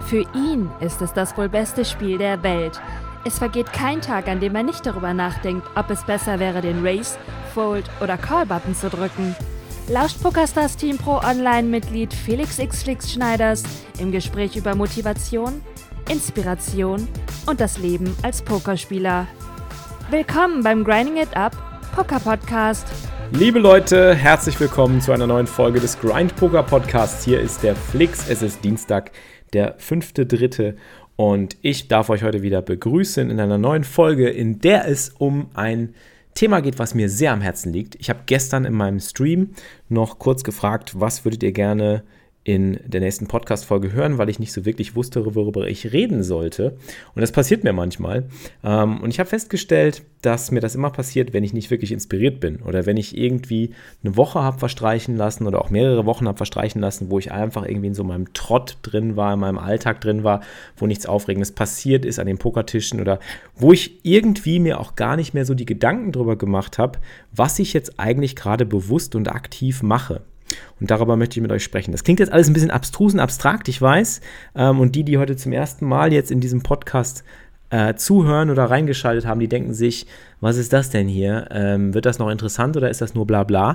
Für ihn ist es das wohl beste Spiel der Welt. Es vergeht kein Tag, an dem er nicht darüber nachdenkt, ob es besser wäre, den Raise, Fold oder Call-Button zu drücken. Lauscht PokerStars Team Pro Online-Mitglied Felix X. Schneiders im Gespräch über Motivation, Inspiration und das Leben als Pokerspieler. Willkommen beim Grinding It Up Poker Podcast. Liebe Leute, herzlich willkommen zu einer neuen Folge des Grind Poker Podcasts. Hier ist der Flix, es ist Dienstag, der 5.3. und ich darf euch heute wieder begrüßen in einer neuen Folge, in der es um ein Thema geht, was mir sehr am Herzen liegt. Ich habe gestern in meinem Stream noch kurz gefragt, was würdet ihr gerne in der nächsten Podcast-Folge hören, weil ich nicht so wirklich wusste, worüber ich reden sollte. Und das passiert mir manchmal. Und ich habe festgestellt, dass mir das immer passiert, wenn ich nicht wirklich inspiriert bin oder wenn ich irgendwie eine Woche habe verstreichen lassen oder auch mehrere Wochen habe verstreichen lassen, wo ich einfach irgendwie in so meinem Trott drin war, in meinem Alltag drin war, wo nichts Aufregendes passiert ist an den Pokertischen oder wo ich irgendwie mir auch gar nicht mehr so die Gedanken drüber gemacht habe, was ich jetzt eigentlich gerade bewusst und aktiv mache. Und darüber möchte ich mit euch sprechen. Das klingt jetzt alles ein bisschen abstrus und abstrakt, ich weiß. Und die heute zum ersten Mal jetzt in diesem Podcast zuhören oder reingeschaltet haben, die denken sich, was ist das denn hier? Wird das noch interessant oder ist das nur bla bla?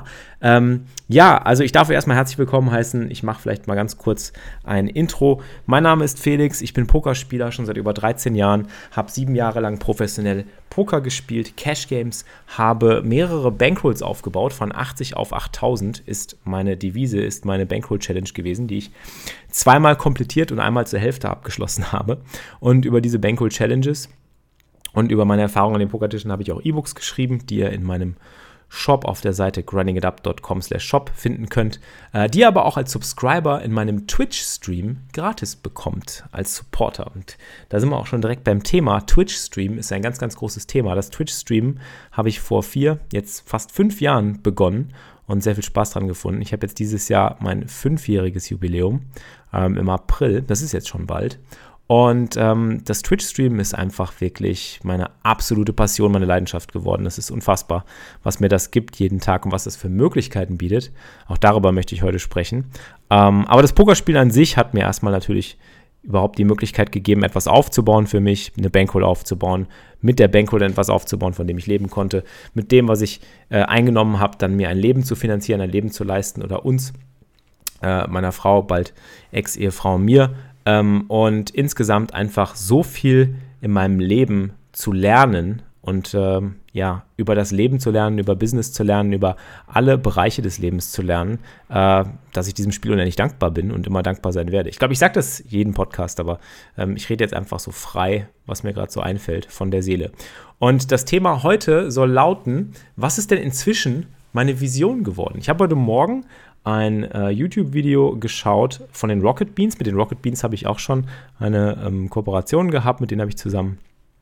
Ja, also ich darf euch erstmal herzlich willkommen heißen. Ich mache vielleicht mal ganz kurz ein Intro. Mein Name ist Felix, ich bin Pokerspieler schon seit über 13 Jahren, habe 7 Jahre lang professionell Poker gespielt, Cash Games, habe mehrere Bankrolls aufgebaut, von 80 auf 8000 ist meine Devise, ist meine Bankroll-Challenge gewesen, die ich zweimal komplettiert und einmal zur Hälfte abgeschlossen habe. Und über diese Bankroll-Challenges und über meine Erfahrungen an den Pokertischen habe ich auch E-Books geschrieben, die ihr in meinem Shop auf der Seite grindingitup.com/shop finden könnt, die ihr aber auch als Subscriber in meinem Twitch-Stream gratis bekommt, als Supporter. Und da sind wir auch schon direkt beim Thema. Twitch-Stream ist ein ganz, ganz großes Thema. Das Twitch-Stream habe ich vor jetzt fast 5 Jahren begonnen und sehr viel Spaß dran gefunden. Ich habe jetzt dieses Jahr mein 5-jähriges Jubiläum im April. Das ist jetzt schon bald. Und das Twitch-Stream ist einfach wirklich meine absolute Passion, meine Leidenschaft geworden. Das ist unfassbar, was mir das gibt jeden Tag und was das für Möglichkeiten bietet. Auch darüber möchte ich heute sprechen. Aber das Pokerspiel an sich hat mir erstmal natürlich überhaupt die Möglichkeit gegeben, etwas aufzubauen für mich, eine Bankroll aufzubauen, mit der Bankroll etwas aufzubauen, von dem ich leben konnte, mit dem, was ich eingenommen habe, dann mir ein Leben zu finanzieren, ein Leben zu leisten oder uns, meiner Frau, bald Ex-Ehefrau, mir, und insgesamt einfach so viel in meinem Leben zu lernen und über das Leben zu lernen, über Business zu lernen, über alle Bereiche des Lebens zu lernen, dass ich diesem Spiel unendlich dankbar bin und immer dankbar sein werde. Ich glaube, ich sage das jeden Podcast, aber ich rede jetzt einfach so frei, was mir gerade so einfällt, von der Seele. Und das Thema heute soll lauten, was ist denn inzwischen meine Vision geworden? Ich habe heute Morgen ein YouTube-Video geschaut von den Rocket Beans. Mit den Rocket Beans habe ich auch schon eine Kooperation gehabt, mit denen habe ich zusammen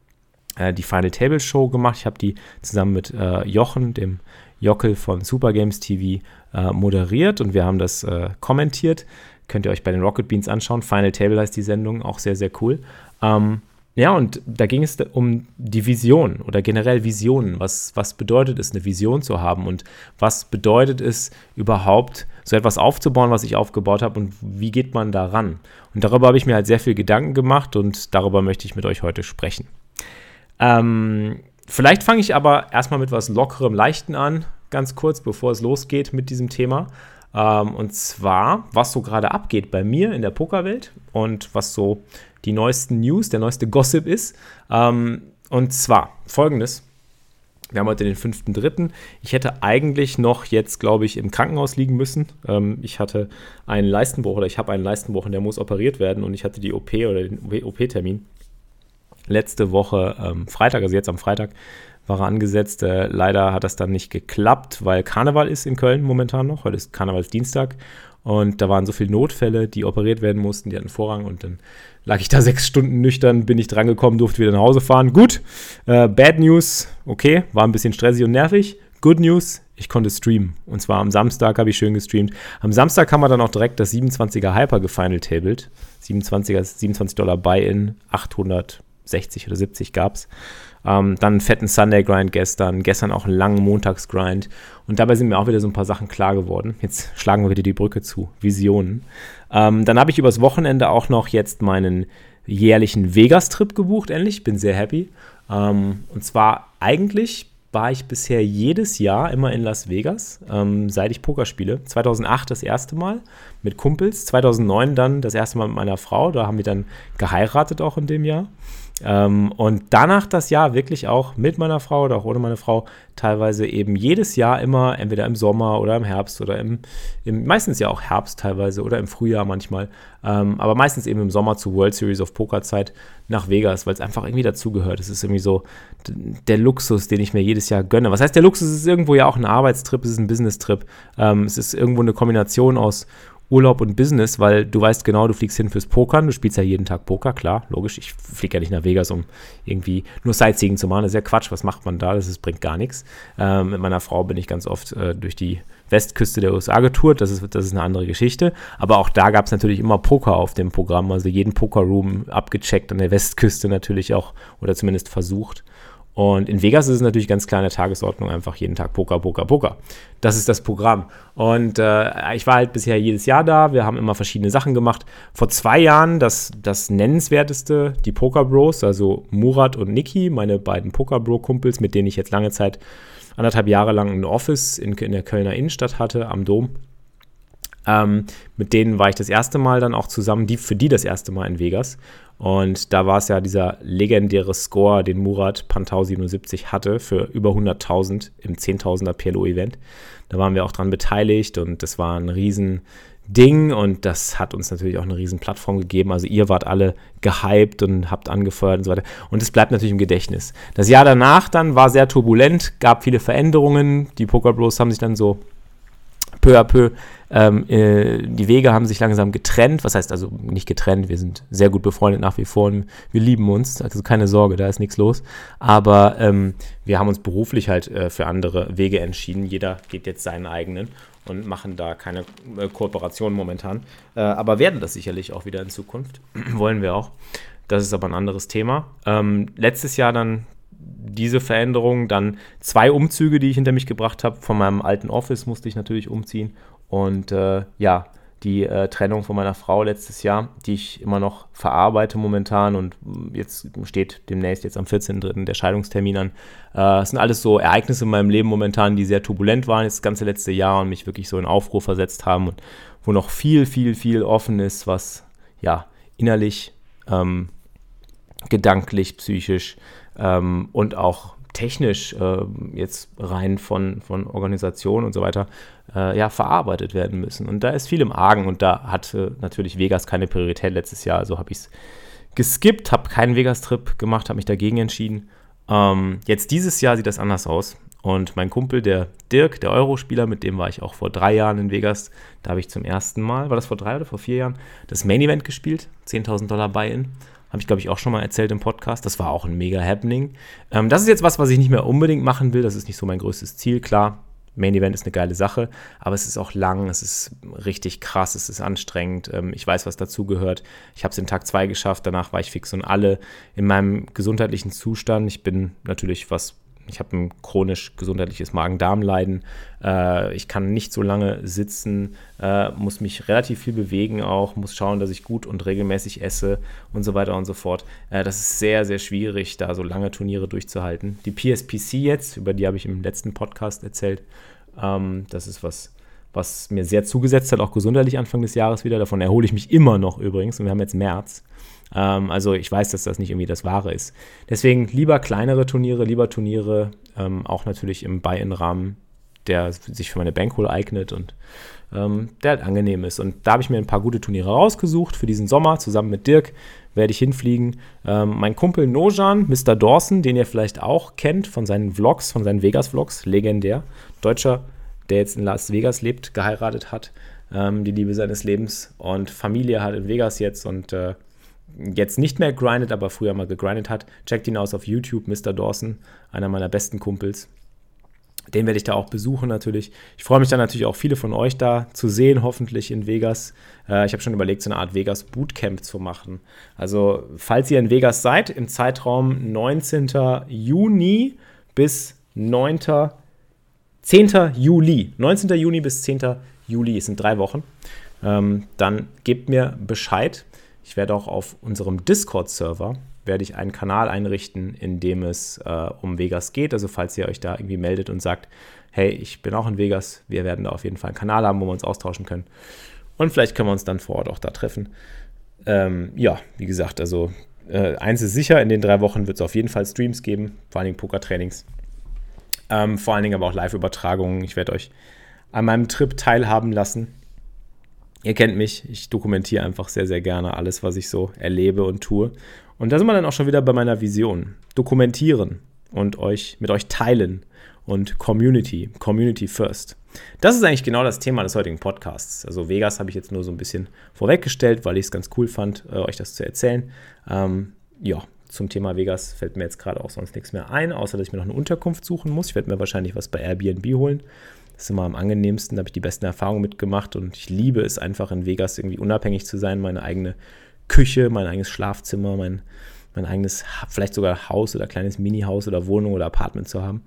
die Final Table Show gemacht. Ich habe die zusammen mit Jochen, dem Jockel von Super Games TV, moderiert und wir haben das kommentiert. Könnt ihr euch bei den Rocket Beans anschauen. Final Table heißt die Sendung, auch sehr, sehr cool. Ja, und da ging es um die Vision oder generell Visionen. Was bedeutet es, eine Vision zu haben und was bedeutet es überhaupt, so etwas aufzubauen, was ich aufgebaut habe und wie geht man da ran? Und darüber habe ich mir halt sehr viel Gedanken gemacht und darüber möchte ich mit euch heute sprechen. Vielleicht fange ich aber erstmal mit was Lockerem, Leichten an, ganz kurz, bevor es losgeht mit diesem Thema. Und zwar, was so gerade abgeht bei mir in der Pokerwelt und was so die neuesten News, der neueste Gossip ist. Und zwar folgendes. Wir haben heute den 5.3. Ich hätte eigentlich noch jetzt, glaube ich, im Krankenhaus liegen müssen. Ich hatte einen Leistenbruch oder ich habe einen Leistenbruch und der muss operiert werden und ich hatte die OP oder den OP-Termin letzte Woche Freitag, also jetzt am Freitag, war er angesetzt. Leider hat das dann nicht geklappt, weil Karneval ist in Köln momentan noch. Heute ist Karnevalsdienstag und da waren so viele Notfälle, die operiert werden mussten, die hatten Vorrang und dann lag ich da 6 Stunden nüchtern, bin ich drangekommen, durfte wieder nach Hause fahren. Gut, Bad News, okay, war ein bisschen stressig und nervig. Good News, ich konnte streamen und zwar am Samstag habe ich schön gestreamt. Am Samstag haben wir dann auch direkt das 27er Hyper gefinal-tabled. $27 Buy-in, 800 60 oder 70 gab es. Dann einen fetten Sunday-Grind gestern auch einen langen Montags-Grind. Und dabei sind mir auch wieder so ein paar Sachen klar geworden. Jetzt schlagen wir wieder die Brücke zu Visionen. Dann habe ich übers Wochenende auch noch jetzt meinen jährlichen Vegas-Trip gebucht, endlich. Bin sehr happy. Und zwar eigentlich war ich bisher jedes Jahr immer in Las Vegas, seit ich Poker spiele. 2008 das erste Mal mit Kumpels, 2009 dann das erste Mal mit meiner Frau. Da haben wir dann geheiratet auch in dem Jahr. Und danach das Jahr wirklich auch mit meiner Frau oder auch ohne meine Frau teilweise eben jedes Jahr immer entweder im Sommer oder im Herbst oder meistens ja auch Herbst teilweise oder im Frühjahr manchmal, aber meistens eben im Sommer zu World Series of Poker Zeit nach Vegas, weil es einfach irgendwie dazugehört. Es ist irgendwie so der Luxus, den ich mir jedes Jahr gönne. Was heißt der Luxus? Es ist irgendwo ja auch ein Arbeitstrip, es ist ein Business-Trip. Es ist irgendwo eine Kombination aus Urlaub und Business, weil du weißt genau, du fliegst hin fürs Pokern, du spielst ja jeden Tag Poker, klar, logisch, ich fliege ja nicht nach Vegas, um irgendwie nur Sightseeing zu machen, das ist ja Quatsch, was macht man da, bringt gar nichts. Mit meiner Frau bin ich ganz oft durch die Westküste der USA getourt, das ist eine andere Geschichte, aber auch da gab es natürlich immer Poker auf dem Programm, also jeden Poker-Room abgecheckt an der Westküste natürlich auch, oder zumindest versucht. Und in Vegas ist es natürlich ganz klar in der Tagesordnung einfach jeden Tag Poker, Poker, Poker. Das ist das Programm. Und ich war halt bisher jedes Jahr da. Wir haben immer verschiedene Sachen gemacht. Vor 2 Jahren das Nennenswerteste, die Poker Bros, also Murat und Niki, meine beiden Poker Bro-Kumpels, mit denen ich jetzt lange Zeit, 1,5 Jahre lang ein Office in der Kölner Innenstadt hatte, am Dom. Mit denen war ich das erste Mal dann auch zusammen, für die das erste Mal in Vegas. Und da war es ja dieser legendäre Score, den Murat Pantau 77 hatte für über 100.000 im 10.000er PLO-Event. Da waren wir auch dran beteiligt und das war ein Riesending und das hat uns natürlich auch eine riesen Plattform gegeben. Also ihr wart alle gehypt und habt angefeuert und so weiter. Und es bleibt natürlich im Gedächtnis. Das Jahr danach dann war sehr turbulent, gab viele Veränderungen. Die Poker Bros haben sich dann so peu à peu, die Wege haben sich langsam getrennt, was heißt also nicht getrennt, wir sind sehr gut befreundet nach wie vor und wir lieben uns, also keine Sorge, da ist nichts los, aber wir haben uns beruflich halt für andere Wege entschieden, jeder geht jetzt seinen eigenen und machen da keine Kooperation momentan, aber werden das sicherlich auch wieder in Zukunft, wollen wir auch, das ist aber ein anderes Thema. Letztes Jahr dann diese Veränderung, dann 2 Umzüge, die ich hinter mich gebracht habe. Von meinem alten Office musste ich natürlich umziehen. Und die Trennung von meiner Frau letztes Jahr, die ich immer noch verarbeite momentan. Und jetzt steht demnächst jetzt am 14.03. der Scheidungstermin an. Das sind alles so Ereignisse in meinem Leben momentan, die sehr turbulent waren, jetzt das ganze letzte Jahr und mich wirklich so in Aufruhr versetzt haben. Und wo noch viel, viel, viel offen ist, was ja innerlich, gedanklich, psychisch und auch technisch jetzt rein von Organisation und so weiter verarbeitet werden müssen. Und da ist viel im Argen und da hatte natürlich Vegas keine Priorität letztes Jahr, also habe ich es geskippt, habe keinen Vegas-Trip gemacht, habe mich dagegen entschieden. Jetzt dieses Jahr sieht das anders aus und mein Kumpel, der Dirk, der Eurospieler, mit dem war ich auch vor 3 Jahren in Vegas, da habe ich zum ersten Mal, war das vor 3 oder vor 4 Jahren, das Main Event gespielt, $10.000 Buy-in. Habe ich, glaube ich, auch schon mal erzählt im Podcast. Das war auch ein mega Happening. Das ist jetzt was ich nicht mehr unbedingt machen will. Das ist nicht so mein größtes Ziel. Klar, Main Event ist eine geile Sache, aber es ist auch lang, es ist richtig krass, es ist anstrengend. Ich weiß, was dazugehört. Ich habe es in Tag 2 geschafft. Danach war ich fix und alle in meinem gesundheitlichen Zustand. Ich bin natürlich ich habe ein chronisch gesundheitliches Magen-Darm-Leiden. Ich kann nicht so lange sitzen, muss mich relativ viel bewegen auch, muss schauen, dass ich gut und regelmäßig esse und so weiter und so fort. Das ist sehr, sehr schwierig, da so lange Turniere durchzuhalten. Die PSPC jetzt, über die habe ich im letzten Podcast erzählt, das ist was mir sehr zugesetzt hat, auch gesundheitlich Anfang des Jahres wieder. Davon erhole ich mich immer noch übrigens und wir haben jetzt März. Also ich weiß, dass das nicht irgendwie das Wahre ist. Deswegen lieber kleinere Turniere, auch natürlich im Buy-in-Rahmen, der sich für meine Bankroll eignet und der halt angenehm ist. Und da habe ich mir ein paar gute Turniere rausgesucht für diesen Sommer. Zusammen mit Dirk werde ich hinfliegen. Mein Kumpel Nojan, Mr. Dawson, den ihr vielleicht auch kennt von seinen Vlogs, von seinen Vegas-Vlogs, legendär. Deutscher, der jetzt in Las Vegas lebt, geheiratet hat, die Liebe seines Lebens und Familie hat in Vegas jetzt und jetzt nicht mehr grindet, aber früher mal gegrindet hat. Checkt ihn aus auf YouTube, Mr. Dawson, einer meiner besten Kumpels. Den werde ich da auch besuchen natürlich. Ich freue mich dann natürlich auch, viele von euch da zu sehen, hoffentlich in Vegas. Ich habe schon überlegt, so eine Art Vegas Bootcamp zu machen. Also, falls ihr in Vegas seid, im Zeitraum 19. Juni bis 10. Juli. 19. Juni bis 10. Juli, es sind 3 Wochen. Dann gebt mir Bescheid. Ich werde auch auf unserem Discord-Server einen Kanal einrichten, in dem es um Vegas geht. Also falls ihr euch da irgendwie meldet und sagt, hey, ich bin auch in Vegas, wir werden da auf jeden Fall einen Kanal haben, wo wir uns austauschen können. Und vielleicht können wir uns dann vor Ort auch da treffen. Wie gesagt, also eins ist sicher, in den 3 Wochen wird es auf jeden Fall Streams geben, vor allen Dingen Pokertrainings. Vor allen Dingen aber auch Live-Übertragungen. Ich werde euch an meinem Trip teilhaben lassen. Ihr kennt mich, ich dokumentiere einfach sehr, sehr gerne alles, was ich so erlebe und tue. Und da sind wir dann auch schon wieder bei meiner Vision. Dokumentieren und mit euch teilen und Community first. Das ist eigentlich genau das Thema des heutigen Podcasts. Also Vegas habe ich jetzt nur so ein bisschen vorweggestellt, weil ich es ganz cool fand, euch das zu erzählen. Zum Thema Vegas fällt mir jetzt gerade auch sonst nichts mehr ein, außer dass ich mir noch eine Unterkunft suchen muss. Ich werde mir wahrscheinlich was bei Airbnb holen. Das ist immer am angenehmsten, da habe ich die besten Erfahrungen mitgemacht und ich liebe es einfach in Vegas irgendwie unabhängig zu sein, meine eigene Küche, mein eigenes Schlafzimmer, mein eigenes, vielleicht sogar Haus oder kleines Mini-Haus oder Wohnung oder Apartment zu haben.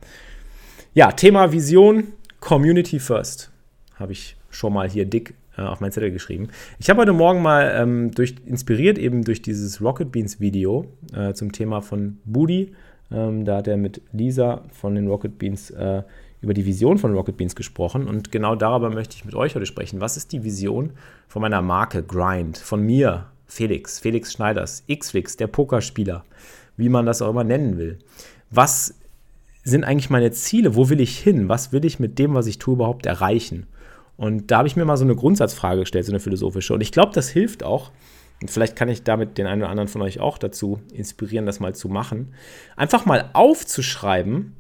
Ja, Thema Vision, Community First, habe ich schon mal hier dick auf meinen Zettel geschrieben. Ich habe heute Morgen mal inspiriert eben durch dieses Rocket Beans Video zum Thema von Budi, da hat er mit Lisa von den Rocket Beans über die Vision von Rocket Beans gesprochen und genau darüber möchte ich mit euch heute sprechen. Was ist die Vision von meiner Marke Grind, von mir, Felix Schneiders, Xflix, der Pokerspieler, wie man das auch immer nennen will. Was sind eigentlich meine Ziele? Wo will ich hin? Was will ich mit dem, was ich tue, überhaupt erreichen? Und da habe ich mir mal so eine Grundsatzfrage gestellt, so eine philosophische. Und ich glaube, das hilft auch. Und vielleicht kann ich damit den einen oder anderen von euch auch dazu inspirieren, das mal zu machen. Einfach mal aufzuschreiben,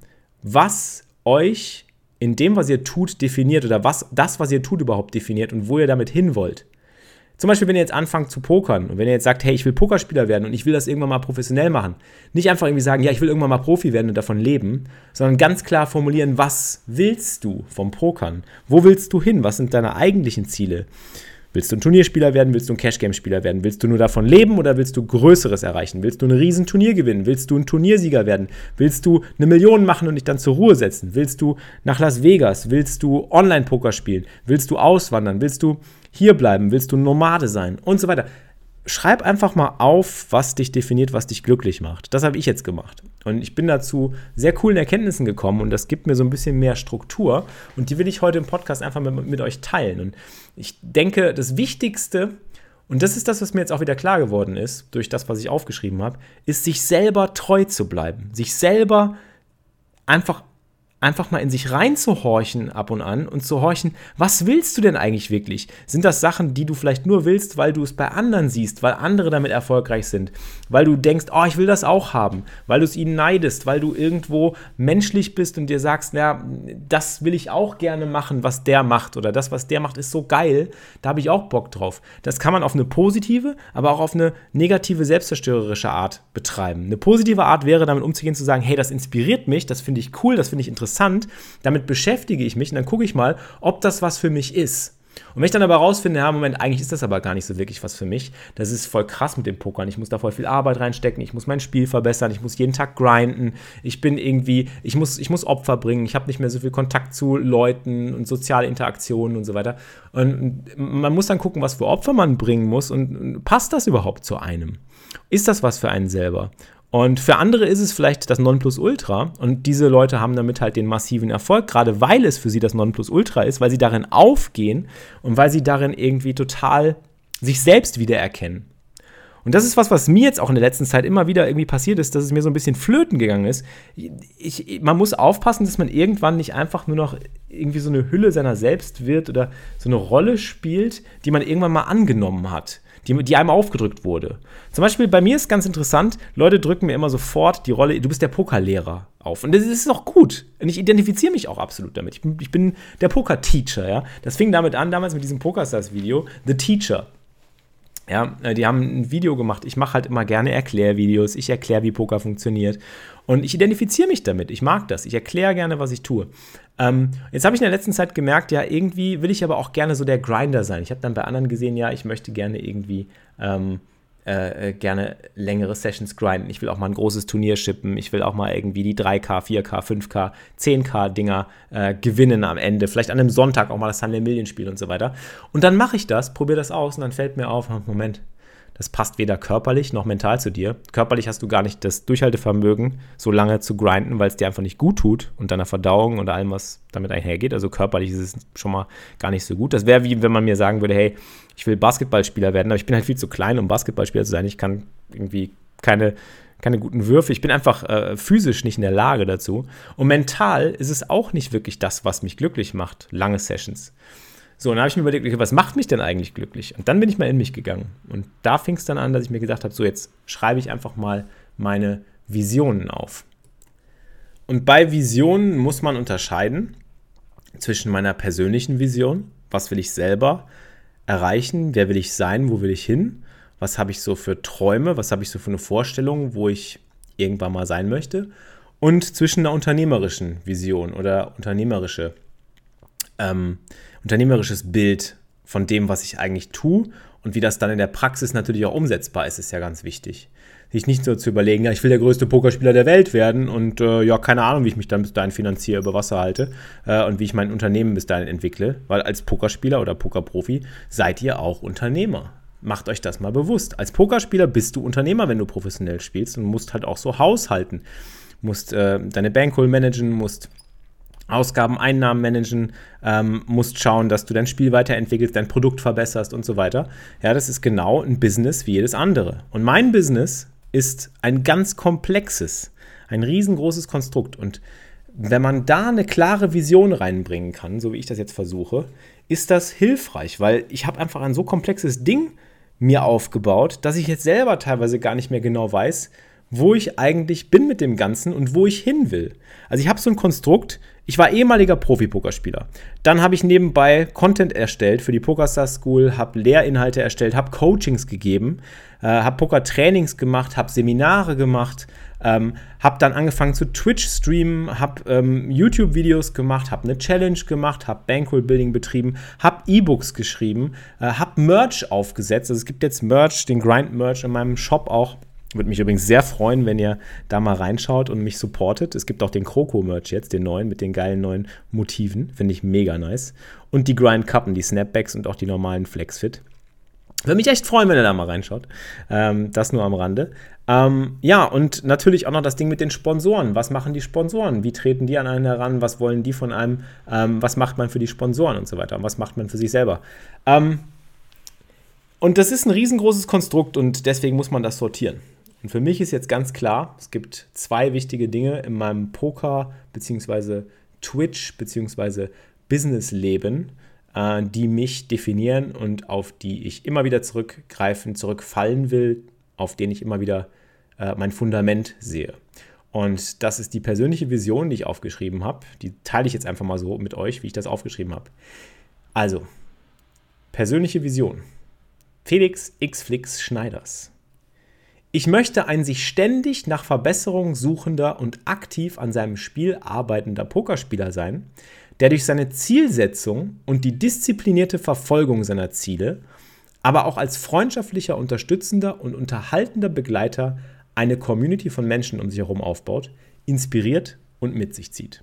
was euch in dem, was ihr tut, definiert oder was ihr tut, überhaupt definiert und wo ihr damit hin wollt. Zum Beispiel, wenn ihr jetzt anfangt zu pokern und wenn ihr jetzt sagt, hey, ich will Pokerspieler werden und ich will das irgendwann mal professionell machen. Nicht einfach irgendwie sagen, ja, ich will irgendwann mal Profi werden und davon leben, sondern ganz klar formulieren, was willst du vom Pokern? Wo willst du hin? Was sind deine eigentlichen Ziele? Willst du ein Turnierspieler werden? Willst du ein Cashgame-Spieler werden? Willst du nur davon leben oder willst du Größeres erreichen? Willst du ein Riesenturnier gewinnen? Willst du ein Turniersieger werden? Willst du 1 Million machen und dich dann zur Ruhe setzen? Willst du nach Las Vegas? Willst du Online-Poker spielen? Willst du auswandern? Willst du hier bleiben? Willst du ein Nomade sein? Und so weiter. Schreib einfach mal auf, was dich definiert, was dich glücklich macht. Das habe ich jetzt gemacht. Und ich bin dazu sehr coolen Erkenntnissen gekommen und das gibt mir so ein bisschen mehr Struktur. Und die will ich heute im Podcast einfach mit euch teilen. Und ich denke, das Wichtigste, und das ist das, was mir jetzt auch wieder klar geworden ist, durch das, was ich aufgeschrieben habe, ist, sich selber treu zu bleiben. Sich selber einfach mal in sich reinzuhorchen ab und an und zu horchen, was willst du denn eigentlich wirklich? Sind das Sachen, die du vielleicht nur willst, weil du es bei anderen siehst, weil andere damit erfolgreich sind, weil du denkst, oh, ich will das auch haben, weil du es ihnen neidest, weil du irgendwo menschlich bist und dir sagst, ja, das will ich auch gerne machen, was der macht oder das, was der macht, ist so geil, da habe ich auch Bock drauf. Das kann man auf eine positive, aber auch auf eine negative, selbstzerstörerische Art betreiben. Eine positive Art wäre, damit umzugehen, zu sagen, hey, das inspiriert mich, das finde ich cool, das finde ich interessant, damit beschäftige ich mich und dann gucke ich mal, ob das was für mich ist. Und wenn ich dann aber rausfinde, ja, Moment, eigentlich ist das aber gar nicht so wirklich was für mich, das ist voll krass mit dem Pokern, ich muss da voll viel Arbeit reinstecken, ich muss mein Spiel verbessern, ich muss jeden Tag grinden, ich muss Opfer bringen, ich habe nicht mehr so viel Kontakt zu Leuten und soziale Interaktionen und so weiter. Und man muss dann gucken, was für Opfer man bringen muss und passt das überhaupt zu einem? Ist das was für einen selber? Und für andere ist es vielleicht das Nonplusultra und diese Leute haben damit halt den massiven Erfolg, gerade weil es für sie das Nonplusultra ist, weil sie darin aufgehen und weil sie darin irgendwie total sich selbst wiedererkennen. Und das ist was mir jetzt auch in der letzten Zeit immer wieder irgendwie passiert ist, dass es mir so ein bisschen flöten gegangen ist. Man muss aufpassen, dass man irgendwann nicht einfach nur noch irgendwie so eine Hülle seiner selbst wird oder so eine Rolle spielt, die man irgendwann mal angenommen hat, die einem aufgedrückt wurde. Zum Beispiel bei mir ist ganz interessant, Leute drücken mir immer sofort die Rolle, du bist der Pokerlehrer auf. Und das ist auch gut. Und ich identifiziere mich auch absolut damit. Ich bin der Poker-Teacher, ja. Das fing damit an, damals mit diesem PokerStars-Video, The Teacher. Ja, die haben ein Video gemacht. Ich mache halt immer gerne Erklärvideos. Ich erkläre, wie Poker funktioniert. Und ich identifiziere mich damit. Ich mag das. Ich erkläre gerne, was ich tue. Jetzt habe ich in der letzten Zeit gemerkt, ja, irgendwie will ich aber auch gerne so der Grinder sein. Ich habe dann bei anderen gesehen, ja, ich möchte gerne irgendwie gerne längere Sessions grinden. Ich will auch mal ein großes Turnier shippen. Ich will auch mal irgendwie die 3K, 4K, 5K, 10K Dinger gewinnen am Ende. Vielleicht an einem Sonntag auch mal das Sunday Million Spiel und so weiter. Und dann mache ich das, probiere das aus und dann fällt mir auf, Moment, das passt weder körperlich noch mental zu dir. Körperlich hast du gar nicht das Durchhaltevermögen, so lange zu grinden, weil es dir einfach nicht gut tut und deiner Verdauung und allem, was damit einhergeht. Also körperlich ist es schon mal gar nicht so gut. Das wäre wie, wenn man mir sagen würde, hey, ich will Basketballspieler werden, aber ich bin halt viel zu klein, um Basketballspieler zu sein. Ich kann irgendwie keine guten Würfe. Ich bin einfach physisch nicht in der Lage dazu. Und mental ist es auch nicht wirklich das, was mich glücklich macht. Lange Sessions. So, und dann habe ich mir überlegt, okay, was macht mich denn eigentlich glücklich? Und dann bin ich mal in mich gegangen. Und da fing es dann an, dass ich mir gedacht habe, so jetzt schreibe ich einfach mal meine Visionen auf. Und bei Visionen muss man unterscheiden zwischen meiner persönlichen Vision, was will ich selber erreichen, wer will ich sein, wo will ich hin, was habe ich so für Träume, was habe ich so für eine Vorstellung, wo ich irgendwann mal sein möchte, und zwischen einer unternehmerischen Vision oder unternehmerisches Bild von dem, was ich eigentlich tue und wie das dann in der Praxis natürlich auch umsetzbar ist ja ganz wichtig. Sich nicht so zu überlegen, ja, ich will der größte Pokerspieler der Welt werden und ja, keine Ahnung, wie ich mich dann bis dahin finanziere, über Wasser halte und wie ich mein Unternehmen bis dahin entwickle, weil als Pokerspieler oder Pokerprofi seid ihr auch Unternehmer. Macht euch das mal bewusst. Als Pokerspieler bist du Unternehmer, wenn du professionell spielst und musst halt auch so haushalten. Musst deine Bankroll managen, musst Ausgaben, Einnahmen managen, musst schauen, dass du dein Spiel weiterentwickelst, dein Produkt verbesserst und so weiter. Ja, das ist genau ein Business wie jedes andere. Und mein Business ist ein ganz komplexes, ein riesengroßes Konstrukt. Und wenn man da eine klare Vision reinbringen kann, so wie ich das jetzt versuche, ist das hilfreich, weil ich habe einfach ein so komplexes Ding mir aufgebaut, dass ich jetzt selber teilweise gar nicht mehr genau weiß, wo ich eigentlich bin mit dem Ganzen und wo ich hin will. Also ich habe so ein Konstrukt, ich war ehemaliger Profi-Pokerspieler. Dann habe ich nebenbei Content erstellt für die PokerStars School, habe Lehrinhalte erstellt, habe Coachings gegeben, habe Poker-Trainings gemacht, habe Seminare gemacht, habe dann angefangen zu Twitch-streamen, habe YouTube-Videos gemacht, habe eine Challenge gemacht, habe Bankroll-Building betrieben, habe E-Books geschrieben, habe Merch aufgesetzt. Also es gibt jetzt Merch, den Grind-Merch in meinem Shop auch. Würde mich übrigens sehr freuen, wenn ihr da mal reinschaut und mich supportet. Es gibt auch den Kroko-Merch jetzt, den neuen, mit den geilen neuen Motiven. Finde ich mega nice. Und die Grind-Kappen, die Snapbacks und auch die normalen Flexfit. Würde mich echt freuen, wenn ihr da mal reinschaut. Das nur am Rande. Ja, und natürlich auch noch das Ding mit den Sponsoren. Was machen die Sponsoren? Wie treten die an einen heran? Was wollen die von einem? Was macht man für die Sponsoren und so weiter? Und was macht man für sich selber? Und das ist ein riesengroßes Konstrukt und deswegen muss man das sortieren. Und für mich ist jetzt ganz klar, es gibt 2 wichtige Dinge in meinem Poker- bzw. Twitch- bzw. Business-Leben, die mich definieren und auf die ich immer wieder zurückfallen will, auf denen ich immer wieder mein Fundament sehe. Und das ist die persönliche Vision, die ich aufgeschrieben habe. Die teile ich jetzt einfach mal so mit euch, wie ich das aufgeschrieben habe. Also, persönliche Vision. Felix X Flix Schneiders. Ich möchte ein sich ständig nach Verbesserung suchender und aktiv an seinem Spiel arbeitender Pokerspieler sein, der durch seine Zielsetzung und die disziplinierte Verfolgung seiner Ziele, aber auch als freundschaftlicher, unterstützender und unterhaltender Begleiter eine Community von Menschen um sich herum aufbaut, inspiriert und mit sich zieht.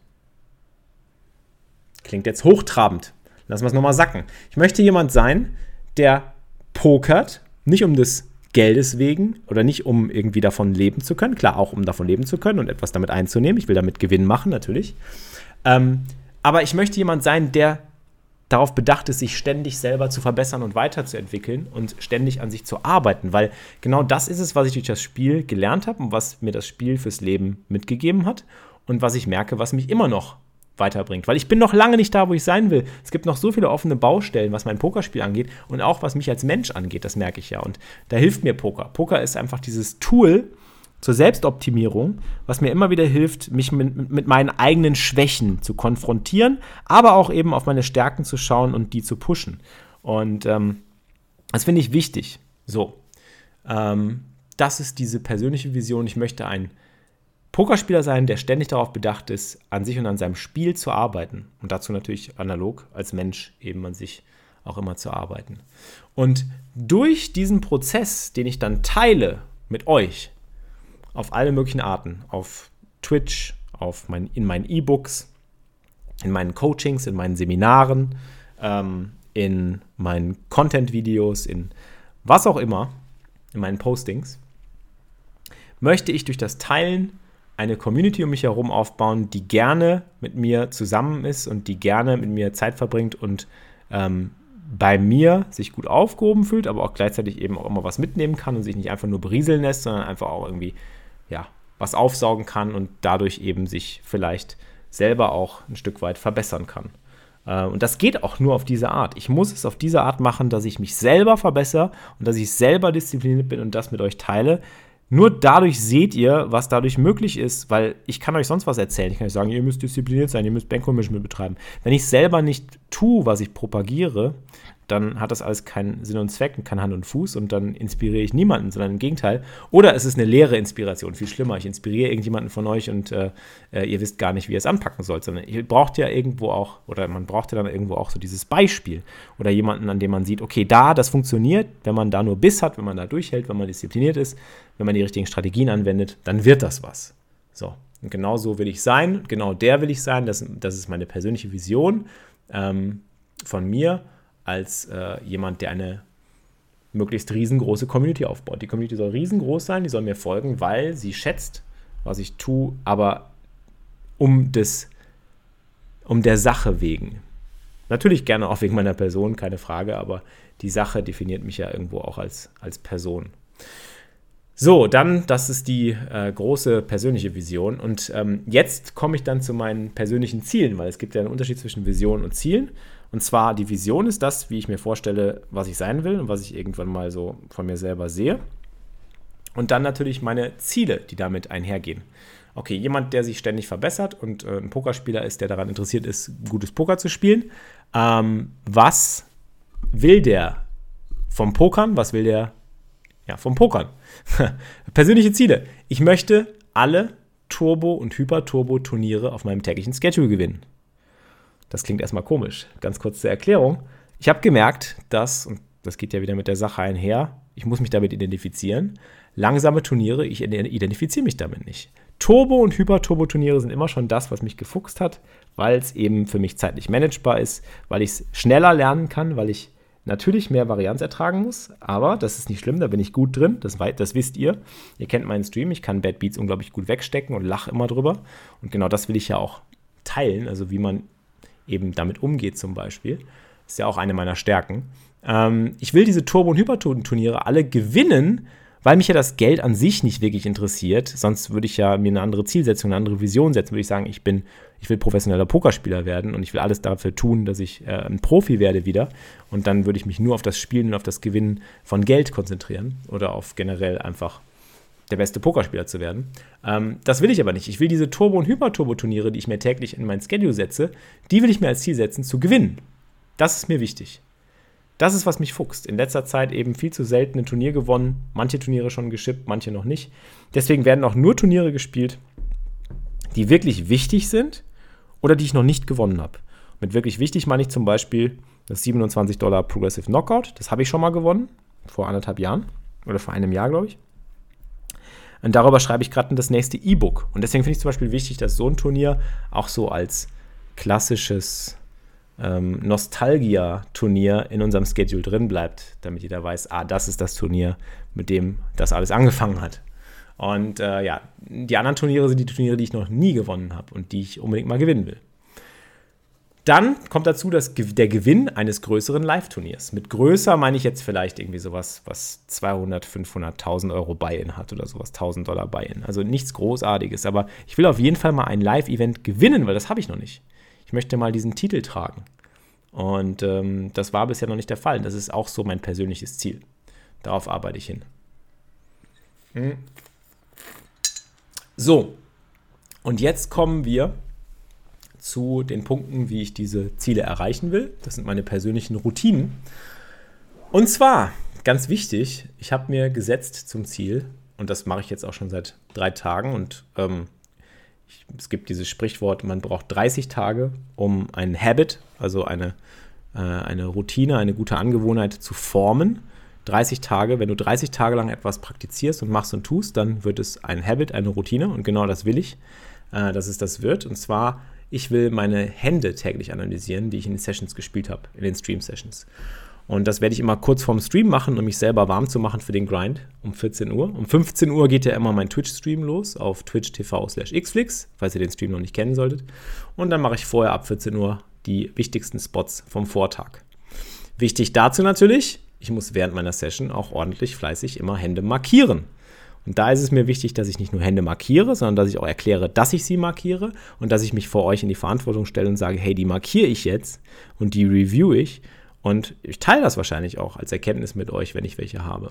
Klingt jetzt hochtrabend. Lassen wir es nochmal sacken. Ich möchte jemand sein, der pokert, nicht um des Geldes wegen oder nicht um irgendwie davon leben zu können. Klar, auch um davon leben zu können und etwas damit einzunehmen. Ich will damit Gewinn machen, natürlich. Aber ich möchte jemand sein, der darauf bedacht ist, sich ständig selber zu verbessern und weiterzuentwickeln und ständig an sich zu arbeiten. Weil genau das ist es, was ich durch das Spiel gelernt habe und was mir das Spiel fürs Leben mitgegeben hat und was ich merke, was mich immer noch weiterbringt. Weil ich bin noch lange nicht da, wo ich sein will. Es gibt noch so viele offene Baustellen, was mein Pokerspiel angeht und auch was mich als Mensch angeht, das merke ich ja. Und da hilft mir Poker. Poker ist einfach dieses Tool zur Selbstoptimierung, was mir immer wieder hilft, mich mit meinen eigenen Schwächen zu konfrontieren, aber auch eben auf meine Stärken zu schauen und die zu pushen. Und das finde ich wichtig. So, das ist diese persönliche Vision. Ich möchte ein Pokerspieler sein, der ständig darauf bedacht ist, an sich und an seinem Spiel zu arbeiten. Und dazu natürlich analog als Mensch eben an sich auch immer zu arbeiten. Und durch diesen Prozess, den ich dann teile mit euch, auf alle möglichen Arten, auf Twitch, in meinen E-Books, in meinen Coachings, in meinen Seminaren, in meinen Content-Videos, in was auch immer, in meinen Postings, möchte ich durch das Teilen eine Community um mich herum aufbauen, die gerne mit mir zusammen ist und die gerne mit mir Zeit verbringt und bei mir sich gut aufgehoben fühlt, aber auch gleichzeitig eben auch immer was mitnehmen kann und sich nicht einfach nur berieseln lässt, sondern einfach auch irgendwie was aufsaugen kann und dadurch eben sich vielleicht selber auch ein Stück weit verbessern kann. Und das geht auch nur auf diese Art. Ich muss es auf diese Art machen, dass ich mich selber verbessere und dass ich selber diszipliniert bin und das mit euch teile. Nur dadurch seht ihr, was dadurch möglich ist, weil ich kann euch sonst was erzählen. Ich kann euch sagen, ihr müsst diszipliniert sein, ihr müsst Bankroll-Management betreiben. Wenn ich selber nicht tue, was ich propagiere, dann hat das alles keinen Sinn und Zweck und keinen Hand und Fuß und dann inspiriere ich niemanden, sondern im Gegenteil. Oder es ist eine leere Inspiration, viel schlimmer. Ich inspiriere irgendjemanden von euch und ihr wisst gar nicht, wie ihr es anpacken sollt, sondern ihr braucht ja irgendwo auch, oder man braucht ja dann irgendwo auch so dieses Beispiel oder jemanden, an dem man sieht, okay, das funktioniert, wenn man da nur Biss hat, wenn man da durchhält, wenn man diszipliniert ist, wenn man die richtigen Strategien anwendet, dann wird das was. So, und genau so will ich sein, genau der will ich sein, das ist meine persönliche Vision von mir, als jemand, der eine möglichst riesengroße Community aufbaut. Die Community soll riesengroß sein, die soll mir folgen, weil sie schätzt, was ich tue, aber um der Sache wegen. Natürlich gerne auch wegen meiner Person, keine Frage, aber die Sache definiert mich ja irgendwo auch als Person. So, dann, das ist die große persönliche Vision. Und jetzt komme ich dann zu meinen persönlichen Zielen, weil es gibt ja einen Unterschied zwischen Vision und Zielen. Und zwar, die Vision ist das, wie ich mir vorstelle, was ich sein will und was ich irgendwann mal so von mir selber sehe. Und dann natürlich meine Ziele, die damit einhergehen. Okay, jemand, der sich ständig verbessert und ein Pokerspieler ist, der daran interessiert ist, gutes Poker zu spielen. Was will der vom Pokern? Was will der vom Pokern? Persönliche Ziele. Ich möchte alle Turbo- und Hyper-Turbo-Turniere auf meinem täglichen Schedule gewinnen. Das klingt erstmal komisch. Ganz kurz zur Erklärung. Ich habe gemerkt, und das geht ja wieder mit der Sache einher, ich muss mich damit identifizieren. Langsame Turniere, ich identifiziere mich damit nicht. Turbo- und Hyper-Turbo-Turniere sind immer schon das, was mich gefuchst hat, weil es eben für mich zeitlich managebar ist, weil ich es schneller lernen kann, weil ich natürlich mehr Varianz ertragen muss, aber das ist nicht schlimm, da bin ich gut drin, das wisst ihr. Ihr kennt meinen Stream, ich kann Bad Beats unglaublich gut wegstecken und lache immer drüber. Und genau das will ich ja auch teilen, also wie man eben damit umgeht zum Beispiel. Das ist ja auch eine meiner Stärken. Ich will diese Turbo- und Hyper-Turniere alle gewinnen, weil mich ja das Geld an sich nicht wirklich interessiert. Sonst würde ich ja mir eine andere Zielsetzung, eine andere Vision setzen. Würde ich sagen, ich will professioneller Pokerspieler werden und ich will alles dafür tun, dass ich ein Profi werde wieder. Und dann würde ich mich nur auf das Spielen und auf das Gewinnen von Geld konzentrieren oder auf generell einfach der beste Pokerspieler zu werden. Das will ich aber nicht. Ich will diese Turbo- und Hyper-Turbo-Turniere, die ich mir täglich in mein Schedule setze, die will ich mir als Ziel setzen, zu gewinnen. Das ist mir wichtig. Das ist, was mich fuchst. In letzter Zeit eben viel zu selten ein Turnier gewonnen, manche Turniere schon geschippt, manche noch nicht. Deswegen werden auch nur Turniere gespielt, die wirklich wichtig sind oder die ich noch nicht gewonnen habe. Mit wirklich wichtig meine ich zum Beispiel das $27 Progressive Knockout. Das habe ich schon mal gewonnen, vor 1,5 Jahren oder vor einem Jahr, glaube ich. Und darüber schreibe ich gerade das nächste E-Book. Und deswegen finde ich zum Beispiel wichtig, dass so ein Turnier auch so als klassisches Nostalgia-Turnier in unserem Schedule drin bleibt, damit jeder weiß, das ist das Turnier, mit dem das alles angefangen hat. Und die anderen Turniere sind die Turniere, die ich noch nie gewonnen habe und die ich unbedingt mal gewinnen will. Dann kommt dazu der Gewinn eines größeren Live-Turniers. Mit größer meine ich jetzt vielleicht irgendwie sowas, was 200, 500, 1.000 Euro Buy-in hat oder sowas, $1.000 Buy-in. Also nichts Großartiges, aber ich will auf jeden Fall mal ein Live-Event gewinnen, weil das habe ich noch nicht. Ich möchte mal diesen Titel tragen. Und das war bisher noch nicht der Fall. Das ist auch so mein persönliches Ziel. Darauf arbeite ich hin. So, und jetzt kommen wir zu den Punkten, wie ich diese Ziele erreichen will. Das sind meine persönlichen Routinen. Und zwar ganz wichtig, ich habe mir gesetzt zum Ziel, und das mache ich jetzt auch schon seit 3 Tagen, und es gibt dieses Sprichwort, man braucht 30 Tage, um ein Habit, also eine Routine, eine gute Angewohnheit zu formen. 30 Tage, wenn du 30 Tage lang etwas praktizierst und machst und tust, dann wird es ein Habit, eine Routine, und genau das will ich, dass es das wird. Und zwar, ich will meine Hände täglich analysieren, die ich in den Sessions gespielt habe, in den Stream-Sessions. Und das werde ich immer kurz vorm Stream machen, um mich selber warm zu machen für den Grind um 14 Uhr. Um 15 Uhr geht ja immer mein Twitch-Stream los auf twitch.tv/xflix, falls ihr den Stream noch nicht kennen solltet. Und dann mache ich vorher ab 14 Uhr die wichtigsten Spots vom Vortag. Wichtig dazu natürlich, ich muss während meiner Session auch ordentlich fleißig immer Hände markieren. Und da ist es mir wichtig, dass ich nicht nur Hände markiere, sondern dass ich auch erkläre, dass ich sie markiere und dass ich mich vor euch in die Verantwortung stelle und sage, hey, die markiere ich jetzt und die review ich. Und ich teile das wahrscheinlich auch als Erkenntnis mit euch, wenn ich welche habe.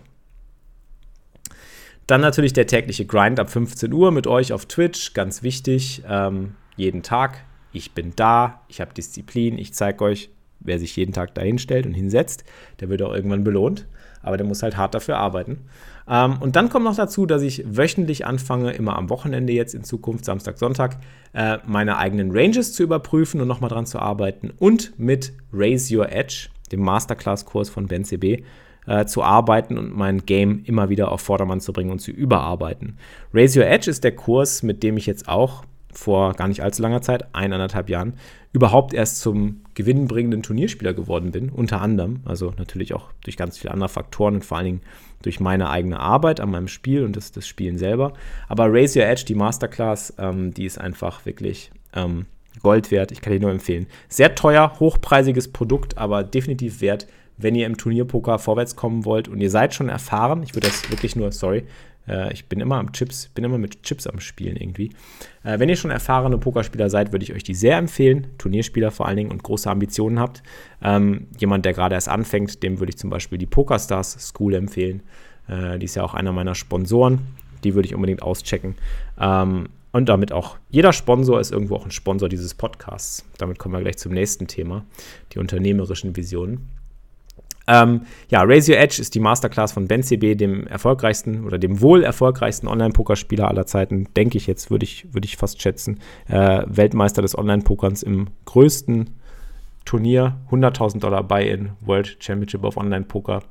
Dann natürlich der tägliche Grind ab 15 Uhr mit euch auf Twitch, ganz wichtig, jeden Tag. Ich bin da, ich habe Disziplin, ich zeige euch, wer sich jeden Tag dahin stellt und hinsetzt, der wird auch irgendwann belohnt, aber der muss halt hart dafür arbeiten. Und dann kommt noch dazu, dass ich wöchentlich anfange, immer am Wochenende jetzt in Zukunft, Samstag, Sonntag, meine eigenen Ranges zu überprüfen und nochmal dran zu arbeiten und mit Raise Your Edge, dem Masterclass-Kurs von BenCB, zu arbeiten und mein Game immer wieder auf Vordermann zu bringen und zu überarbeiten. Raise Your Edge ist der Kurs, mit dem ich jetzt auch vor gar nicht allzu langer Zeit, 1,5 Jahren, überhaupt erst zum gewinnbringenden Turnierspieler geworden bin, unter anderem, also natürlich auch durch ganz viele andere Faktoren und vor allen Dingen durch meine eigene Arbeit an meinem Spiel und das Spielen selber. Aber Raise Your Edge, die Masterclass, die ist einfach wirklich Gold wert, ich kann die nur empfehlen. Sehr teuer, hochpreisiges Produkt, aber definitiv wert, wenn ihr im Turnierpoker vorwärts kommen wollt und ihr seid schon erfahren. Ich würde das wirklich nur, ich bin immer mit Chips am Spielen irgendwie. Wenn ihr schon erfahrene Pokerspieler seid, würde ich euch die sehr empfehlen. Turnierspieler vor allen Dingen und große Ambitionen habt. Jemand, der gerade erst anfängt, dem würde ich zum Beispiel die PokerStars School empfehlen. Die ist ja auch einer meiner Sponsoren. Die würde ich unbedingt auschecken. Und damit auch, jeder Sponsor ist irgendwo auch ein Sponsor dieses Podcasts. Damit kommen wir gleich zum nächsten Thema, die unternehmerischen Visionen. Raise Your Edge ist die Masterclass von BenCB, dem erfolgreichsten oder dem wohl erfolgreichsten Online-Pokerspieler aller Zeiten, denke ich jetzt, würde ich fast schätzen. Weltmeister des Online-Pokerns im größten Turnier, $100.000 Buy-in, World Championship of Online-Poker,